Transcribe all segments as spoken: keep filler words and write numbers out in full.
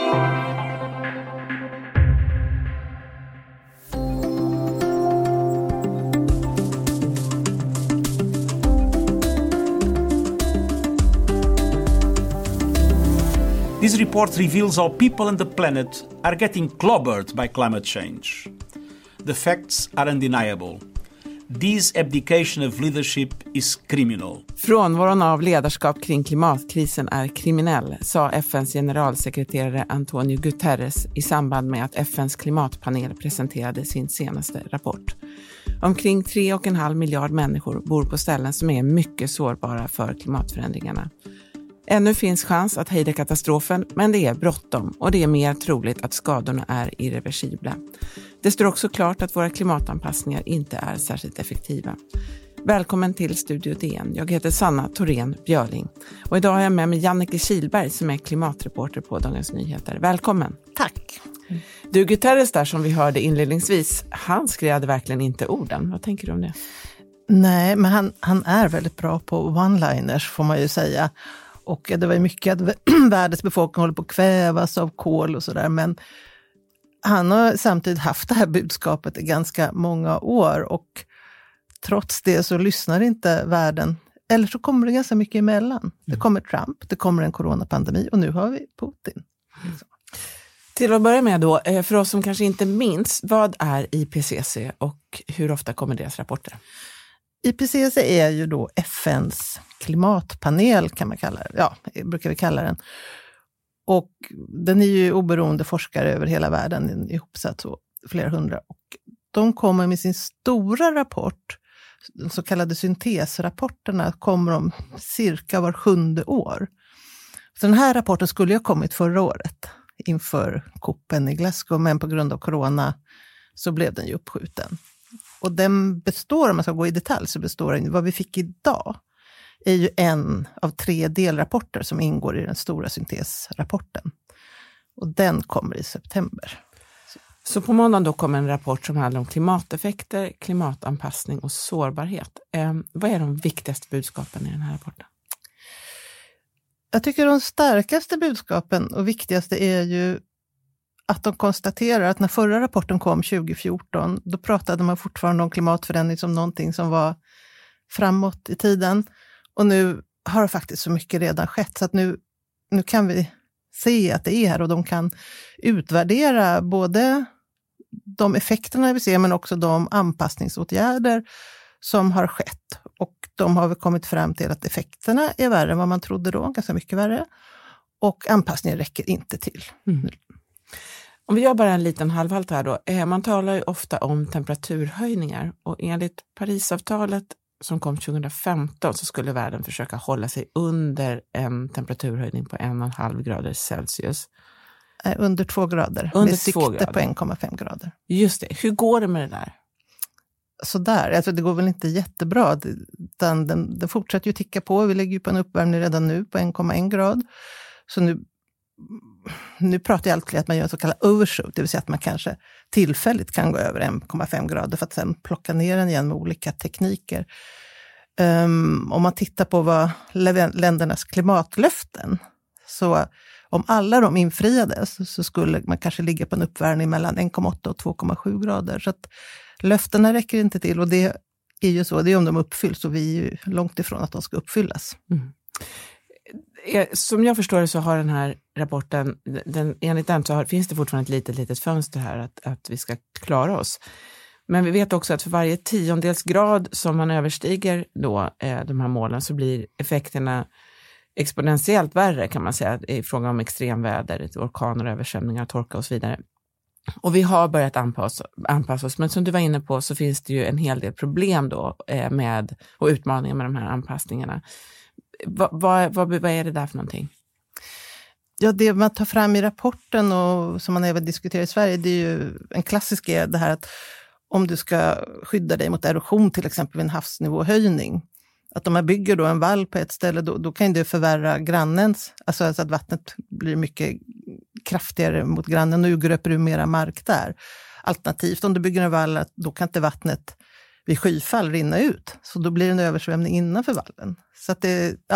This report reveals how people and the planet are getting clobbered by climate change. The facts are undeniable. This abdication of leadership is criminal. Frånvaron av ledarskap kring klimatkrisen är kriminell, sa F N:s generalsekreterare Antonio Guterres i samband med att F N:s klimatpanel presenterade sin senaste rapport. Omkring tre och en halv miljard människor bor på ställen som är mycket sårbara för klimatförändringarna. Ännu finns chans att hejda katastrofen, men det är bråttom och det är mer troligt att skadorna är irreversibla. Det står också klart att våra klimatanpassningar inte är särskilt effektiva. Välkommen till Studio D N. Jag heter Sanna Thorén Björling och idag har jag med mig Jannike Kihlberg som är klimatreporter på Dagens Nyheter. Välkommen. Tack. Du, Guterres där som vi hörde inledningsvis, han skrev verkligen inte orden. Vad tänker du om det? Nej, men han, han är väldigt bra på one-liners får man ju säga. Och det var ju mycket att världens befolkning håller på att kvävas av kol och sådär. Men han har samtidigt haft det här budskapet i ganska många år. Och trots det så lyssnar inte världen. Eller så kommer det ganska mycket emellan. Mm. Det kommer Trump, det kommer en coronapandemi och nu har vi Putin. Mm. Till att börja med då, för oss som kanske inte minns, vad är I P C C och hur ofta kommer deras rapporter? I P C C är ju då F N:s klimatpanel kan man kalla det. Ja, brukar vi kalla den. Och den är ju oberoende forskare över hela världen, ihopsatt så flera hundra. Och de kommer med sin stora rapport, de så kallade syntesrapporterna, kommer om cirka var sjunde år. Så den här rapporten skulle ju ha kommit förra året inför COPen i Glasgow, men på grund av corona så blev den ju uppskjuten. Och den består, om man ska gå i detalj, så består den, vad vi fick idag är ju en av tre delrapporter som ingår i den stora syntesrapporten. Och den kommer i september. Så på måndag då kommer en rapport som handlar om klimateffekter, klimatanpassning och sårbarhet. Eh, vad är de viktigaste budskapen i den här rapporten? Jag tycker de starkaste budskapen och viktigaste är ju att de konstaterar att när förra rapporten kom tjugo fjorton, då pratade man fortfarande om klimatförändring som någonting som var framåt i tiden. Och nu har det faktiskt så mycket redan skett så att nu, nu kan vi se att det är här och de kan utvärdera både de effekterna vi ser men också de anpassningsåtgärder som har skett. Och de har väl kommit fram till att effekterna är värre än vad man trodde då, ganska mycket värre. Och anpassningen räcker inte till. Mm. Om vi gör bara en liten halvhalt här då. Man talar ju ofta om temperaturhöjningar och enligt Parisavtalet som kom tjugo femton så skulle världen försöka hålla sig under en temperaturhöjning på en och en halv grader Celsius. Under två grader. Under med sikte grader. På en komma fem grader. Just det. Hur går det med det där? Så där. Alltså det går väl inte jättebra. Den, den, den fortsätter ju ticka på. Vi lägger ju på en uppvärmning redan nu på en komma en grad. Så nu, nu pratar jag alltid att man gör en så kallad overshoot. Det vill säga att man kanske tillfälligt kan gå över en komma fem grader för att sen plocka ner den igen med olika tekniker. Um, om man tittar på vad ländernas klimatlöften, så om alla de infriades så skulle man kanske ligga på en uppvärmning mellan en komma åtta och två komma sju grader. Så att löftena räcker inte till och det är ju så, det är om de uppfylls och vi är ju långt ifrån att de ska uppfyllas. Mm. Som jag förstår det så har den här rapporten, den, enligt den så har, finns det fortfarande ett litet, litet fönster här att, att vi ska klara oss. Men vi vet också att för varje tiondels grad som man överstiger då, eh, de här målen så blir effekterna exponentiellt värre kan man säga i fråga om extremväder, orkaner, översvämningar, torka och så vidare. Och vi har börjat anpassa, anpassa oss, men som du var inne på så finns det ju en hel del problem då eh, med och utmaningar med de här anpassningarna. Va, va, vad, vad är det där för någonting? Ja, det man tar fram i rapporten och som man även diskuterar i Sverige, det är ju en klassisk är det här att om du ska skydda dig mot erosion till exempel vid en havsnivåhöjning, att om man bygger då en vall på ett ställe då, då kan det förvärra grannens, alltså, alltså att vattnet blir mycket kraftigare mot grannen och urgröper du mera mark där. Alternativt om du bygger en vall, då kan inte vattnet vid skyfall rinna ut, så då blir det en översvämning innanför vallen. Så att det, ja,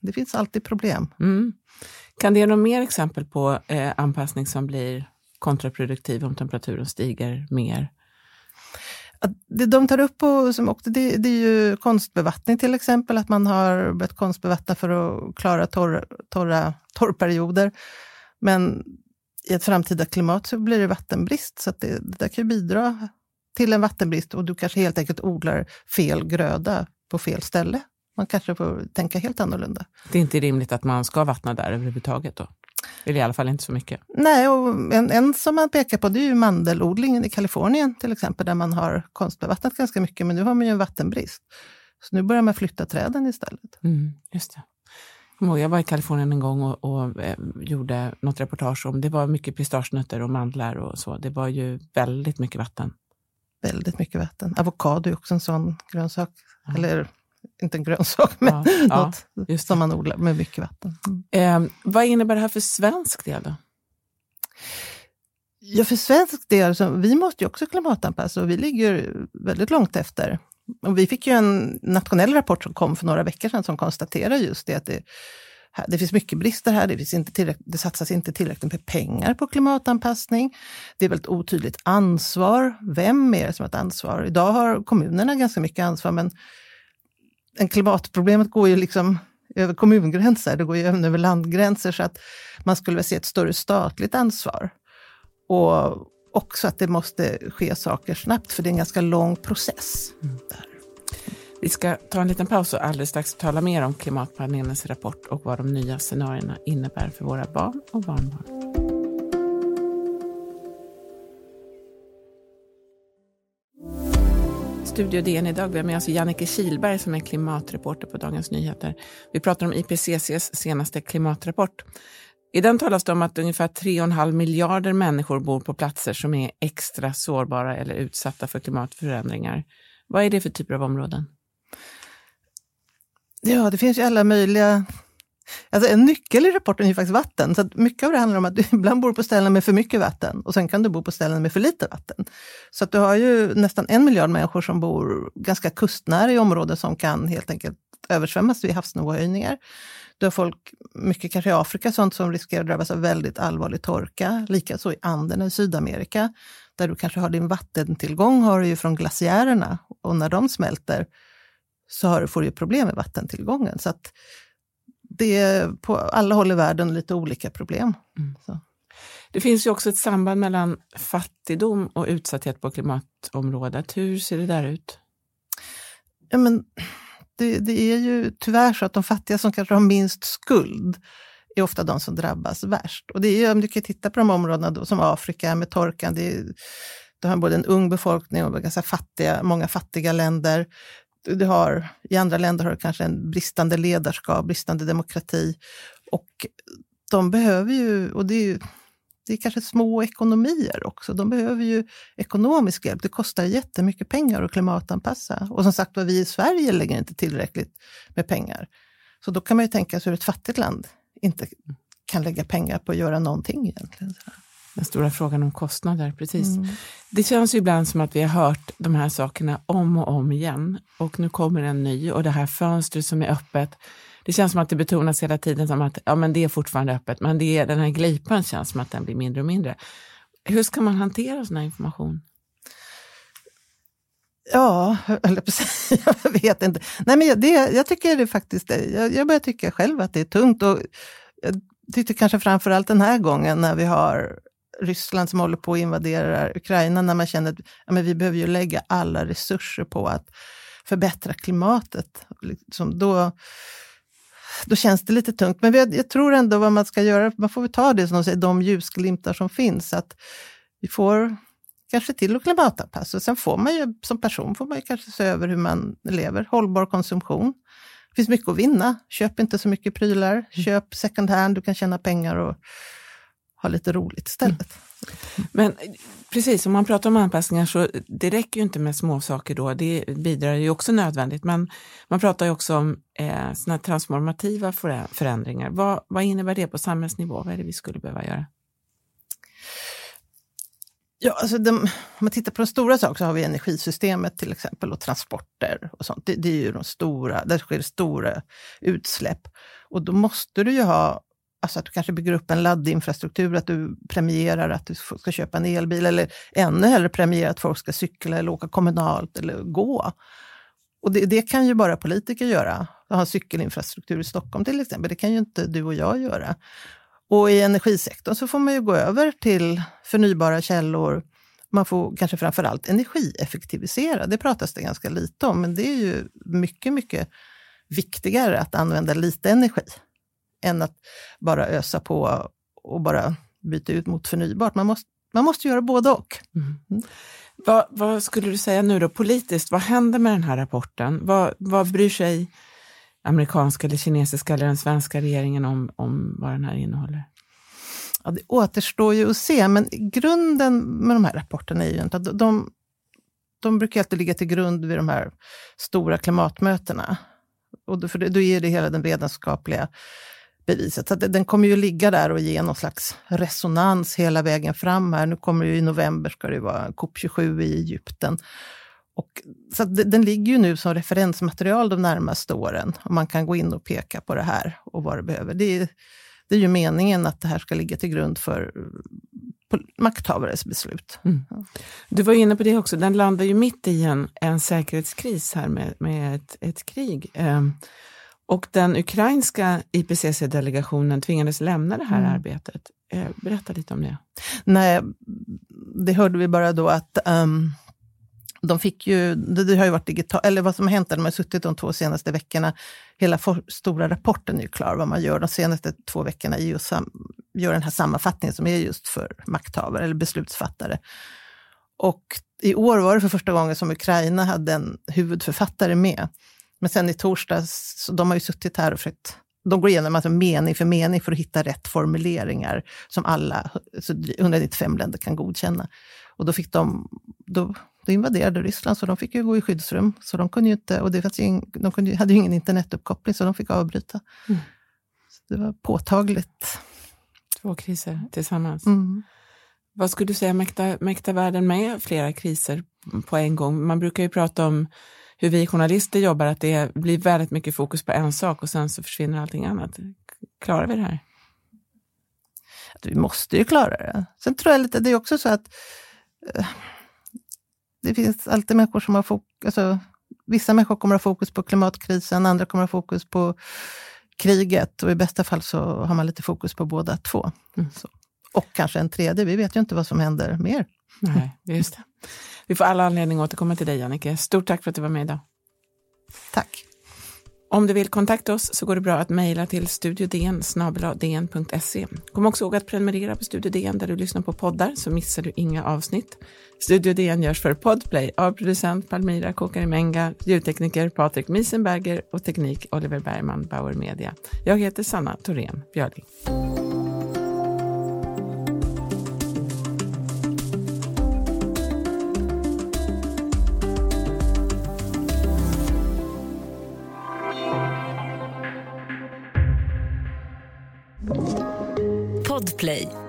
det finns alltid problem. Mm. Kan det ge några mer exempel på eh, anpassning som blir kontraproduktiv om temperaturen stiger mer? Det de tar upp på, som också, det, det är ju konstbevattning till exempel, att man har börjat konstbevattna för att klara torr, torra torrperioder. Men i ett framtida klimat så blir det vattenbrist, så att det, det där kan ju bidra till en vattenbrist, och du kanske helt enkelt odlar fel gröda på fel ställe. Man kanske får tänka helt annorlunda. Det är inte rimligt att man ska vattna där överhuvudtaget då? Eller i alla fall inte så mycket. Nej, och en, en som man pekar på, det är ju mandelodlingen i Kalifornien till exempel, där man har konstbevattnat ganska mycket, men nu har man ju en vattenbrist. Så nu börjar man flytta träden istället. Mm, just det. Jag var i Kalifornien en gång och, och eh, gjorde något reportage om, det var mycket pistagenötter och mandlar och så. Det var ju väldigt mycket vatten. Väldigt mycket vatten. Avokado är också en sån grönsak. Ja. Eller inte en grönsak, men ja, något ja, som man odlar med mycket vatten. Mm. Eh, vad innebär det här för svensk del då? Ja, för svensk del, så vi måste ju också klimatanpassa, och vi ligger väldigt långt efter. Och vi fick ju en nationell rapport som kom för några veckor sedan som konstaterar just det, att det, här, det finns mycket brister här, det, finns inte tillräckligt, det satsas inte tillräckligt med pengar på klimatanpassning. Det är väldigt otydligt ansvar. Vem är det som har ett ansvar? Idag har kommunerna ganska mycket ansvar, men en klimatproblemet går ju liksom över kommungränser, det går ju även över landgränser, så att man skulle väl se ett större statligt ansvar. Och också att det måste ske saker snabbt, för det är en ganska lång process. Mm. Där. Vi ska ta en liten paus och alldeles strax tala mer om klimatpanelens rapport och vad de nya scenarierna innebär för våra barn och barnbarn. Studio D N idag. Vi har med oss Jannike Kihlberg som är klimatreporter på Dagens Nyheter. Vi pratar om I P C C:s senaste klimatrapport. I den talas det om att ungefär tre komma fem miljarder människor bor på platser som är extra sårbara eller utsatta för klimatförändringar. Vad är det för typer av områden? Ja, det finns ju alla möjliga... Alltså en nyckel i rapporten är ju faktiskt vatten. Så att mycket av det handlar om att du ibland bor på ställen med för mycket vatten, och sen kan du bo på ställen med för lite vatten. Så att du har ju nästan en miljard människor som bor ganska kustnära i områden som kan helt enkelt översvämmas vid havsnivåhöjningar. Du har folk, mycket kanske i Afrika, sånt som riskerar att drabbas av väldigt allvarlig torka. Likaså i Anderna i Sydamerika, där du kanske har din vattentillgång har du ju från glaciärerna. Och när de smälter så har du, får du problem med vattentillgången. Så att det är på alla håll i världen lite olika problem. Mm. Så. Det finns ju också ett samband mellan fattigdom och utsatthet på klimatområdet. Hur ser det där ut? Ja, men det, det är ju tyvärr så att de fattiga som kanske har minst skuld är ofta de som drabbas värst. Och det är ju, om du kan titta på de områdena då, som Afrika med torkan, det är, du har både en ung befolkning och ganska fattiga, många fattiga länder. Du har, i andra länder har du kanske en bristande ledarskap, bristande demokrati, och de behöver ju, och det är ju det är kanske små ekonomier också, de behöver ju ekonomisk hjälp. Det kostar jättemycket pengar att klimatanpassa, och som sagt vad vi i Sverige lägger inte tillräckligt med pengar. Så då kan man ju tänka sig hur ett fattigt land inte kan lägga pengar på att göra någonting egentligen. Den stora frågan om kostnader, precis. Mm. Det känns ju ibland som att vi har hört de här sakerna om och om igen. Och nu kommer en ny, och det här fönstret som är öppet. Det känns som att det betonas hela tiden som att ja, men det är fortfarande öppet. Men det är, den här glipan känns som att den blir mindre och mindre. Hur ska man hantera sån här information? Ja, eller precis, jag vet inte. Nej, men det, jag tycker det faktiskt, jag, jag börjar tycka själv att det är tungt. Och jag tyckte kanske framförallt den här gången när vi har Ryssland som håller på att invadera Ukraina, när man känner att ja, men vi behöver ju lägga alla resurser på att förbättra klimatet. Liksom, då, då känns det lite tungt. Men jag, jag tror ändå vad man ska göra, man får väl ta det som de säger, de ljusglimtar som finns. Att vi får kanske till och klimatanpassa. Sen får man ju som person får man ju kanske se över hur man lever. Hållbar konsumtion. Det finns mycket att vinna. Köp inte så mycket prylar. Köp second hand, du kan tjäna pengar och ha lite roligt istället. Mm. Men precis, om man pratar om anpassningar så det räcker ju inte med små saker då. Det bidrar ju också nödvändigt. Men man pratar ju också om eh, såna transformativa förändringar. Vad, vad innebär det på samhällsnivå? Vad är det vi skulle behöva göra? Ja, alltså de, om man tittar på de stora sakerna så har vi energisystemet till exempel och transporter och sånt. Det, det är ju de stora, där sker stora utsläpp. Och då måste du ju ha, alltså att du kanske bygger upp en laddinfrastruktur, att du premierar att du ska köpa en elbil eller ännu hellre premierar att folk ska cykla eller åka kommunalt eller gå. Och det, det kan ju bara politiker göra. Att ha cykelinfrastruktur i Stockholm till exempel, det kan ju inte du och jag göra. Och i energisektorn så får man ju gå över till förnybara källor. Man får kanske framförallt energieffektivisera. Det pratas det ganska lite om, men det är ju mycket, mycket viktigare att använda lite energi än att bara ösa på och bara byta ut mot förnybart. Man måste, man måste göra både och. Mm. Mm. Vad, vad skulle du säga nu då politiskt? Vad händer med den här rapporten? Vad, vad bryr sig amerikanska eller kinesiska eller den svenska regeringen om, om vad den här innehåller? Ja, det återstår ju att se, men grunden med de här rapporterna är ju inte att de, de brukar alltid ligga till grund vid de här stora klimatmötena. Och då, för det, då ger det hela den vetenskapliga beviset. Så att den kommer ju ligga där och ge någon slags resonans hela vägen fram här. Nu kommer ju i november ska det vara C O P tjugosju i Egypten. Och, så att den ligger ju nu som referensmaterial de närmaste åren. Och man kan gå in och peka på det här och vad det behöver. Det är, det är ju meningen att det här ska ligga till grund för makthavares beslut. Mm. Du var inne på det också. Den landar ju mitt i en, en säkerhetskris här med, med ett, ett krig. Um, och den ukrainska I P C C-delegationen tvingades lämna det här mm. arbetet. Uh, berätta lite om det. Nej, det hörde vi bara då att um, de fick ju, det, det har ju varit digitalt, eller vad som har hänt när de har suttit de två senaste veckorna. Hela for, stora rapporten är ju klar vad man gör de senaste två veckorna i och sam, gör den här sammanfattningen som är just för makthavare eller beslutsfattare. Och i år var det för första gången som Ukraina hade en huvudförfattare med. Men sen i torsdags, så de har ju suttit här och försökt, de går igenom alltså mening för mening för att hitta rätt formuleringar som alla så etthundranittiofem länder kan godkänna. Och då fick de, då, då invaderade Ryssland så de fick ju gå i skyddsrum. Så de kunde ju inte, och det fanns ju ing, de kunde, hade ju ingen internetuppkoppling så de fick avbryta. Mm. Så det var påtagligt. Två kriser tillsammans. Mm. Vad skulle du säga, mäkta, mäkta världen med flera kriser på en gång? Man brukar ju prata om hur vi journalister jobbar, att det blir väldigt mycket fokus på en sak och sen så försvinner allting annat. Klarar vi det här? Att vi måste ju klara det. Sen tror jag lite, det är också så att uh, det finns alltid människor som har fokus, alltså, vissa människor kommer att ha fokus på klimatkrisen, andra kommer att ha fokus på kriget och i bästa fall så har man lite fokus på båda två. Mm. Så. Och kanske en tredje, vi vet ju inte vad som händer mer. Nej, just det. Vi får alla anledning att återkomma till dig, Jannike. Stort tack för att du var med idag. Tack. Om du vill kontakta oss så går det bra att mejla till studiodn snabel-a dn punkt se. Kom också ihåg att prenumerera på Studio D N där du lyssnar på poddar så missar du inga avsnitt. Studio D N görs för Podplay av producent Palmira Kokarimenga, ljudtekniker Patrik Miesenberger och teknik Oliver Bergman, Bauer Media. Jag heter Sanna Thorén Björling. Podplay.